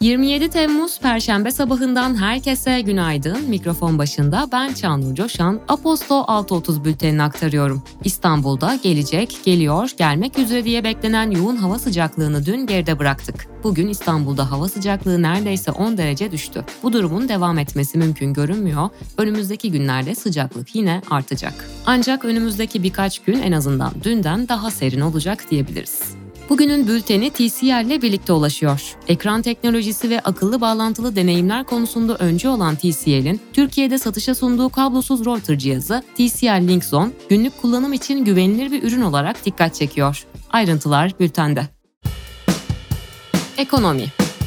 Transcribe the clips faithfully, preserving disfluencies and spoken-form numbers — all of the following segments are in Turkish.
yirmi yedi Temmuz Perşembe sabahından herkese günaydın. Mikrofon başında ben Çağnur Coşan, Aposto altı otuz bültenini aktarıyorum. İstanbul'da gelecek, geliyor, gelmek üzere diye beklenen yoğun hava sıcaklığını dün geride bıraktık. Bugün İstanbul'da hava sıcaklığı neredeyse on derece düştü. Bu durumun devam etmesi mümkün görünmüyor. Önümüzdeki günlerde sıcaklık yine artacak. Ancak önümüzdeki birkaç gün en azından dünden daha serin olacak diyebiliriz. Bugünün bülteni T C L ile birlikte ulaşıyor. Ekran teknolojisi ve akıllı bağlantılı deneyimler konusunda öncü olan T C L'in Türkiye'de satışa sunduğu kablosuz router cihazı T C L Linkzone, günlük kullanım için güvenilir bir ürün olarak dikkat çekiyor. Ayrıntılar bültende. Ekonomi.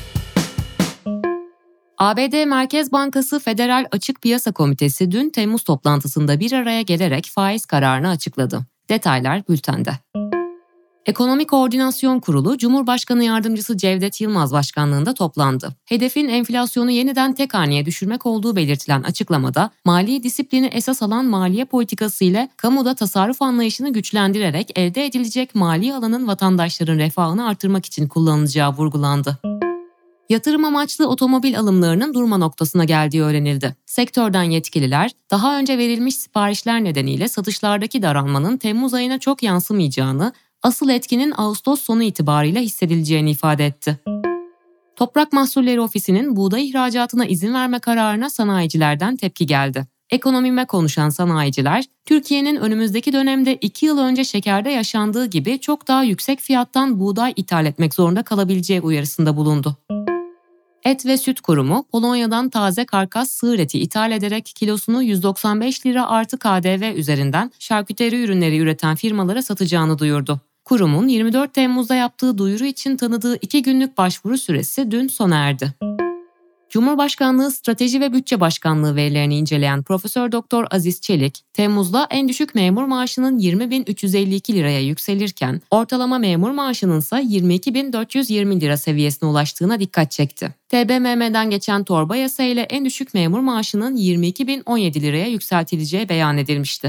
A B D Merkez Bankası Federal Açık Piyasa Komitesi dün Temmuz toplantısında bir araya gelerek faiz kararını açıkladı. Detaylar bültende. Ekonomi Koordinasyon Kurulu, Cumhurbaşkanı Yardımcısı Cevdet Yılmaz başkanlığında toplandı. Hedefin enflasyonu yeniden tek haneye düşürmek olduğu belirtilen açıklamada, mali disiplini esas alan maliye politikası ile kamuda tasarruf anlayışını güçlendirerek elde edilecek mali alanın vatandaşların refahını artırmak için kullanılacağı vurgulandı. Yatırım amaçlı otomobil alımlarının durma noktasına geldiği öğrenildi. Sektörden yetkililer, daha önce verilmiş siparişler nedeniyle satışlardaki daralmanın Temmuz ayına çok yansımayacağını, asıl etkinin Ağustos sonu itibarıyla hissedileceğini ifade etti. Toprak Mahsulleri Ofisi'nin buğday ihracatına izin verme kararına sanayicilerden tepki geldi. Ekonomime konuşan sanayiciler, Türkiye'nin önümüzdeki dönemde iki yıl önce şekerde yaşandığı gibi çok daha yüksek fiyattan buğday ithal etmek zorunda kalabileceği uyarısında bulundu. Et ve Süt Kurumu, Polonya'dan taze karkas sığır eti ithal ederek kilosunu yüz doksan beş lira artı K D V üzerinden şarküteri ürünleri üreten firmalara satacağını duyurdu. Kurumun yirmi dört Temmuz'da yaptığı duyuru için tanıdığı iki günlük başvuru süresi dün sona erdi. Cumhurbaşkanlığı Strateji ve Bütçe Başkanlığı verilerini inceleyen Profesör Doktor Aziz Çelik, Temmuz'da en düşük memur maaşının yirmi bin üç yüz elli iki liraya yükselirken, ortalama memur maaşının ise yirmi iki bin dört yüz yirmi lira seviyesine ulaştığına dikkat çekti. T B M M'den geçen torba yasa ile en düşük memur maaşının yirmi iki bin on yedi liraya yükseltileceği beyan edilmişti.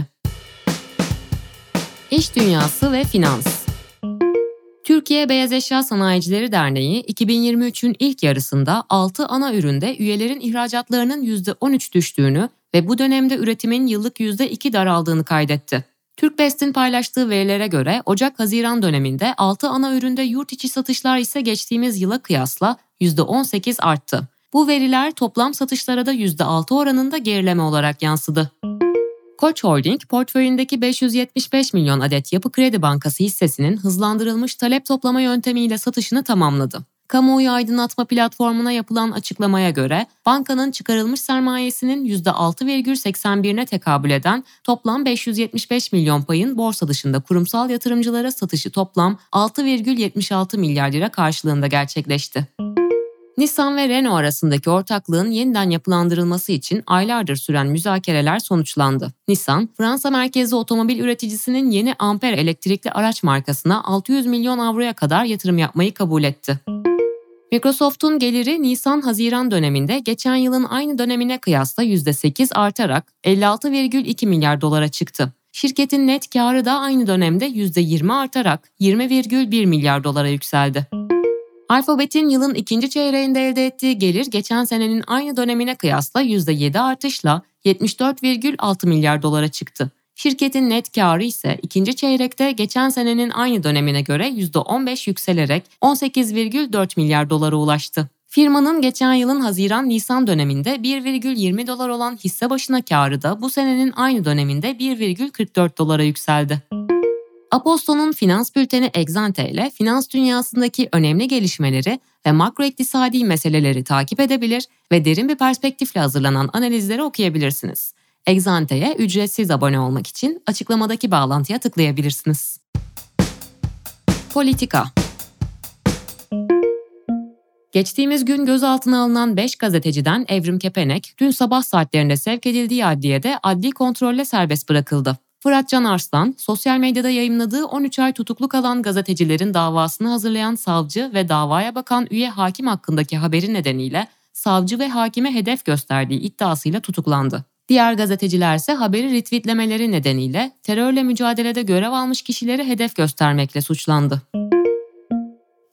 İş dünyası ve finans. Türkiye Beyaz Eşya Sanayicileri Derneği, iki bin yirmi üçün ilk yarısında altı ana üründe üyelerin ihracatlarının yüzde on üç düştüğünü ve bu dönemde üretimin yıllık yüzde iki daraldığını kaydetti. Türkbest'in paylaştığı verilere göre Ocak-Haziran döneminde altı ana üründe yurt içi satışlar ise geçtiğimiz yıla kıyasla yüzde on sekiz arttı. Bu veriler toplam satışlara da yüzde altı oranında gerileme olarak yansıdı. Koç Holding, portföyündeki beş yüz yetmiş beş milyon adet Yapı Kredi Bankası hissesinin hızlandırılmış talep toplama yöntemiyle satışını tamamladı. Kamuoyu aydınlatma platformuna yapılan açıklamaya göre, bankanın çıkarılmış sermayesinin yüzde altı virgül seksen birine tekabül eden toplam beş yüz yetmiş beş milyon payın borsa dışında kurumsal yatırımcılara satışı toplam altı virgül yetmiş altı milyar lira karşılığında gerçekleşti. Nissan ve Renault arasındaki ortaklığın yeniden yapılandırılması için aylardır süren müzakereler sonuçlandı. Nissan, Fransa merkezli otomobil üreticisinin yeni Ampere elektrikli araç markasına altı yüz milyon avroya kadar yatırım yapmayı kabul etti. Microsoft'un geliri Nisan-Haziran döneminde geçen yılın aynı dönemine kıyasla yüzde sekiz artarak elli altı virgül iki milyar dolara çıktı. Şirketin net karı da aynı dönemde yüzde yirmi artarak yirmi virgül bir milyar dolara yükseldi. Alphabet'in yılın ikinci çeyreğinde elde ettiği gelir geçen senenin aynı dönemine kıyasla yüzde yedi artışla yetmiş dört virgül altı milyar dolara çıktı. Şirketin net karı ise ikinci çeyrekte geçen senenin aynı dönemine göre yüzde on beş yükselerek on sekiz virgül dört milyar dolara ulaştı. Firmanın geçen yılın Haziran-Nisan döneminde bir virgül yirmi dolar olan hisse başına karı da bu senenin aynı döneminde bir virgül kırk dört dolara yükseldi. Aposto'nun finans bülteni Exante ile finans dünyasındaki önemli gelişmeleri ve makroiktisadi meseleleri takip edebilir ve derin bir perspektifle hazırlanan analizleri okuyabilirsiniz. Exante'ye ücretsiz abone olmak için açıklamadaki bağlantıya tıklayabilirsiniz. Politika. Geçtiğimiz gün gözaltına alınan beş gazeteciden Evrim Kepenek, dün sabah saatlerinde sevk edildiği adliyede adli kontrolle serbest bırakıldı. Fırat Can Arslan, sosyal medyada yayımladığı on üç ay tutuklu kalan gazetecilerin davasını hazırlayan savcı ve davaya bakan üye hakim hakkındaki haberi nedeniyle savcı ve hakime hedef gösterdiği iddiasıyla tutuklandı. Diğer gazetecilerse haberi retweetlemeleri nedeniyle terörle mücadelede görev almış kişileri hedef göstermekle suçlandı.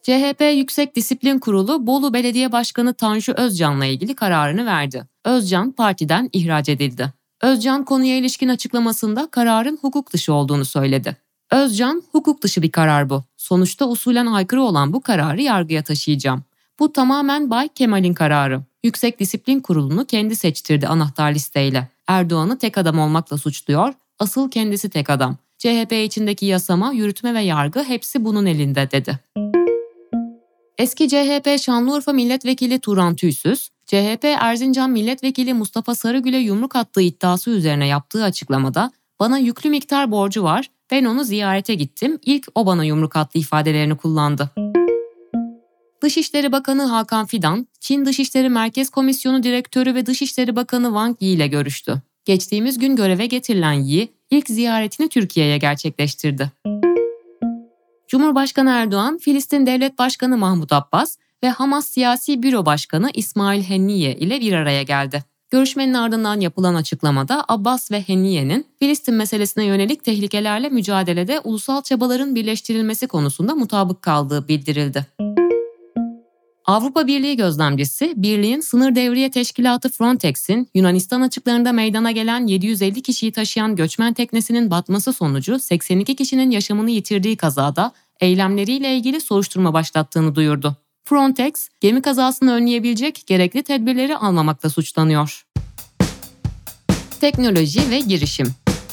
C H P Yüksek Disiplin Kurulu Bolu Belediye Başkanı Tanju Özcan'la ilgili kararını verdi. Özcan partiden ihraç edildi. Özcan konuya ilişkin açıklamasında kararın hukuk dışı olduğunu söyledi. Özcan, hukuk dışı bir karar bu. Sonuçta usulen aykırı olan bu kararı yargıya taşıyacağım. Bu tamamen Bay Kemal'in kararı. Yüksek Disiplin Kurulu'nu kendi seçtirdi anahtar listeyle. Erdoğan'ı tek adam olmakla suçluyor, asıl kendisi tek adam. C H P içindeki yasama, yürütme ve yargı hepsi bunun elinde dedi. Eski C H P Şanlıurfa Milletvekili Turan Tüysüz, C H P Erzincan Milletvekili Mustafa Sarıgül'e yumruk attığı iddiası üzerine yaptığı açıklamada "Bana yüklü miktar borcu var, ben onu ziyarete gittim, ilk o bana yumruk attı" ifadelerini kullandı. Dışişleri Bakanı Hakan Fidan, Çin Dışişleri Merkez Komisyonu Direktörü ve Dışişleri Bakanı Wang Yi ile görüştü. Geçtiğimiz gün göreve getirilen Yi, ilk ziyaretini Türkiye'ye gerçekleştirdi. Cumhurbaşkanı Erdoğan, Filistin Devlet Başkanı Mahmut Abbas ve Hamas Siyasi Büro Başkanı İsmail Haniyeh ile bir araya geldi. Görüşmenin ardından yapılan açıklamada Abbas ve Haniyeh'in Filistin meselesine yönelik tehlikelerle mücadelede ulusal çabaların birleştirilmesi konusunda mutabık kaldığı bildirildi. Avrupa Birliği gözlemcisi, Birliğin Sınır Devriye Teşkilatı Frontex'in Yunanistan açıklarında meydana gelen yedi yüz elli kişiyi taşıyan göçmen teknesinin batması sonucu seksen iki kişinin yaşamını yitirdiği kazada eylemleriyle ilgili soruşturma başlattığını duyurdu. Frontex, gemi kazasını önleyebilecek gerekli tedbirleri almamakla suçlanıyor. Teknoloji ve girişim.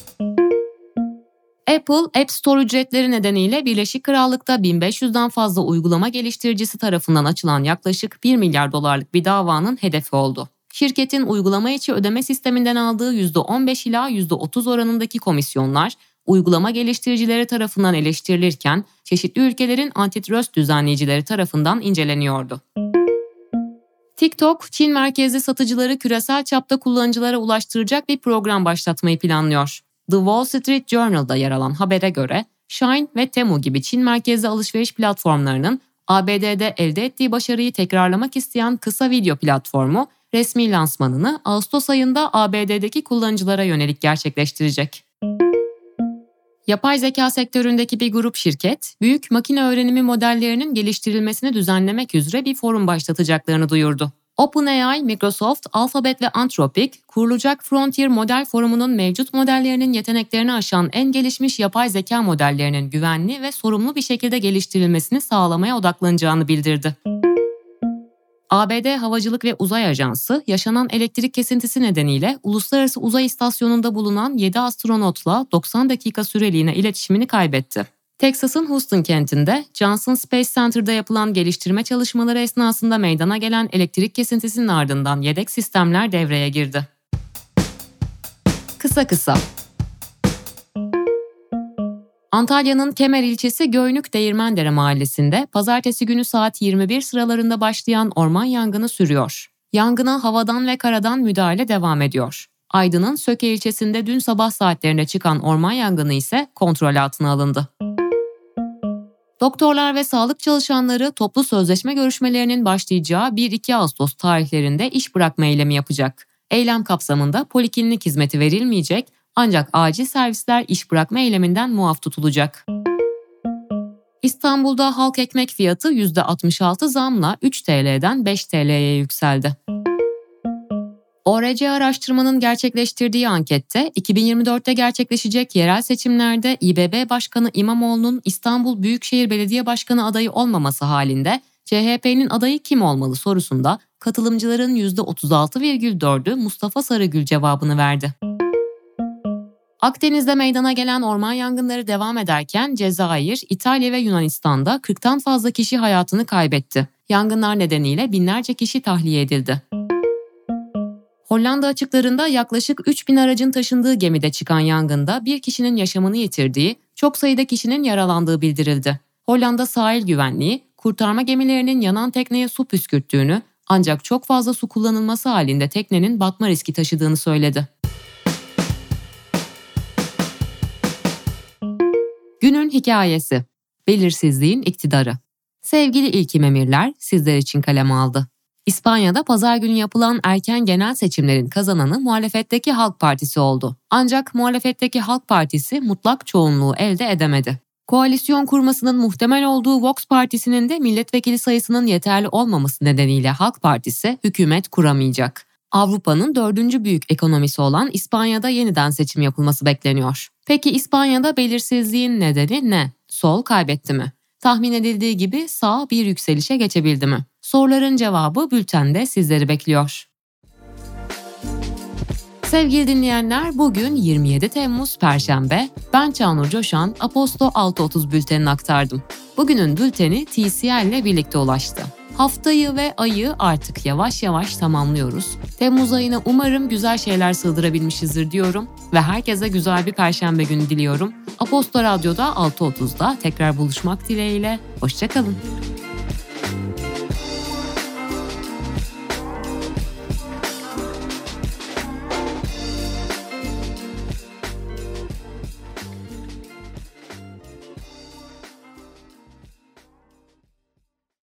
Apple, App Store ücretleri nedeniyle Birleşik Krallık'ta bin beş yüzden fazla uygulama geliştiricisi tarafından açılan yaklaşık bir milyar dolarlık bir davanın hedefi oldu. Şirketin uygulama içi ödeme sisteminden aldığı yüzde on beş ila yüzde otuz oranındaki komisyonlar, uygulama geliştiricileri tarafından eleştirilirken çeşitli ülkelerin antitrust düzenleyicileri tarafından inceleniyordu. TikTok, Çin merkezli satıcıları küresel çapta kullanıcılara ulaştıracak bir program başlatmayı planlıyor. The Wall Street Journal'da yer alan habere göre, Shein ve Temu gibi Çin merkezli alışveriş platformlarının A B D'de elde ettiği başarıyı tekrarlamak isteyen kısa video platformu, resmi lansmanını Ağustos ayında A B D'deki kullanıcılara yönelik gerçekleştirecek. Yapay zeka sektöründeki bir grup şirket, büyük makine öğrenimi modellerinin geliştirilmesini düzenlemek üzere bir forum başlatacaklarını duyurdu. OpenAI, Microsoft, Alphabet ve Anthropic, kurulacak Frontier Model Forumu'nun mevcut modellerinin yeteneklerini aşan en gelişmiş yapay zeka modellerinin güvenli ve sorumlu bir şekilde geliştirilmesini sağlamaya odaklanacağını bildirdi. A B D Havacılık ve Uzay Ajansı, yaşanan elektrik kesintisi nedeniyle Uluslararası Uzay İstasyonu'nda bulunan yedi astronotla doksan dakika süreliğine iletişimini kaybetti. Texas'ın Houston kentinde Johnson Space Center'da yapılan geliştirme çalışmaları esnasında meydana gelen elektrik kesintisinin ardından yedek sistemler devreye girdi. Kısa kısa. Antalya'nın Kemer ilçesi Göynük Değirmendere mahallesinde pazartesi günü saat yirmi bir sıralarında başlayan orman yangını sürüyor. Yangına havadan ve karadan müdahale devam ediyor. Aydın'ın Söke ilçesinde dün sabah saatlerinde çıkan orman yangını ise kontrol altına alındı. Doktorlar ve sağlık çalışanları toplu sözleşme görüşmelerinin başlayacağı bir iki Ağustos tarihlerinde iş bırakma eylemi yapacak. Eylem kapsamında poliklinik hizmeti verilmeyecek, ancak acil servisler iş bırakma eyleminden muaf tutulacak. İstanbul'da halk ekmek fiyatı yüzde altmış altı zamla üç TL'den beş TL'ye yükseldi. O R C araştırmanın gerçekleştirdiği ankette iki bin yirmi dörtte gerçekleşecek yerel seçimlerde İBB Başkanı İmamoğlu'nun İstanbul Büyükşehir Belediye Başkanı adayı olmaması halinde C H P'nin adayı kim olmalı sorusunda katılımcıların yüzde otuz altı virgül dördü Mustafa Sarıgül cevabını verdi. Akdeniz'de meydana gelen orman yangınları devam ederken Cezayir, İtalya ve Yunanistan'da kırktan fazla kişi hayatını kaybetti. Yangınlar nedeniyle binlerce kişi tahliye edildi. Hollanda açıklarında yaklaşık üç bin aracın taşındığı gemide çıkan yangında bir kişinin yaşamını yitirdiği, çok sayıda kişinin yaralandığı bildirildi. Hollanda sahil güvenliği, kurtarma gemilerinin yanan tekneye su püskürttüğünü, ancak çok fazla su kullanılması halinde teknenin batma riski taşıdığını söyledi. Günün hikayesi. Belirsizliğin iktidarı. Sevgili İlkim Emirler sizler için kaleme aldı. İspanya'da pazar günü yapılan erken genel seçimlerin kazananı muhalefetteki Halk Partisi oldu. Ancak muhalefetteki Halk Partisi mutlak çoğunluğu elde edemedi. Koalisyon kurmasının muhtemel olduğu Vox Partisi'nin de milletvekili sayısının yeterli olmaması nedeniyle Halk Partisi hükümet kuramayacak. Avrupa'nın dördüncü büyük ekonomisi olan İspanya'da yeniden seçim yapılması bekleniyor. Peki İspanya'da belirsizliğin nedeni ne? Sol kaybetti mi? Tahmin edildiği gibi sağ bir yükselişe geçebildi mi? Soruların cevabı bültende sizleri bekliyor. Sevgili dinleyenler, bugün yirmi yedi Temmuz Perşembe. Ben Çağnur Coşan, Aposto altı otuz bültenini aktardım. Bugünün bülteni T C L ile birlikte ulaştı. Haftayı ve ayı artık yavaş yavaş tamamlıyoruz. Temmuz ayına umarım güzel şeyler sığdırabilmişizdir diyorum ve herkese güzel bir Perşembe günü diliyorum. Aposto Radyo'da altı otuzda tekrar buluşmak dileğiyle. Hoşça kalın.